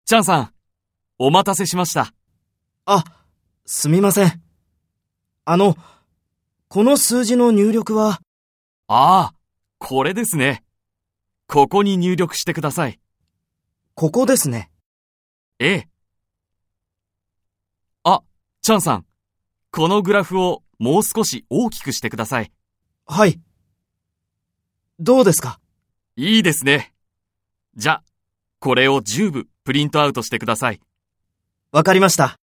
チャンさん、お待たせしました。 あ、すみません。この数字の入力は？ ああ、これですね。ここに入力してください。 ここですね。 ええ。あ、チャンさん、このグラフをもう少し大きくしてください。 はい。どうですか？ いいですね。じゃ、これを10部プリントアウトしてください。 わかりました。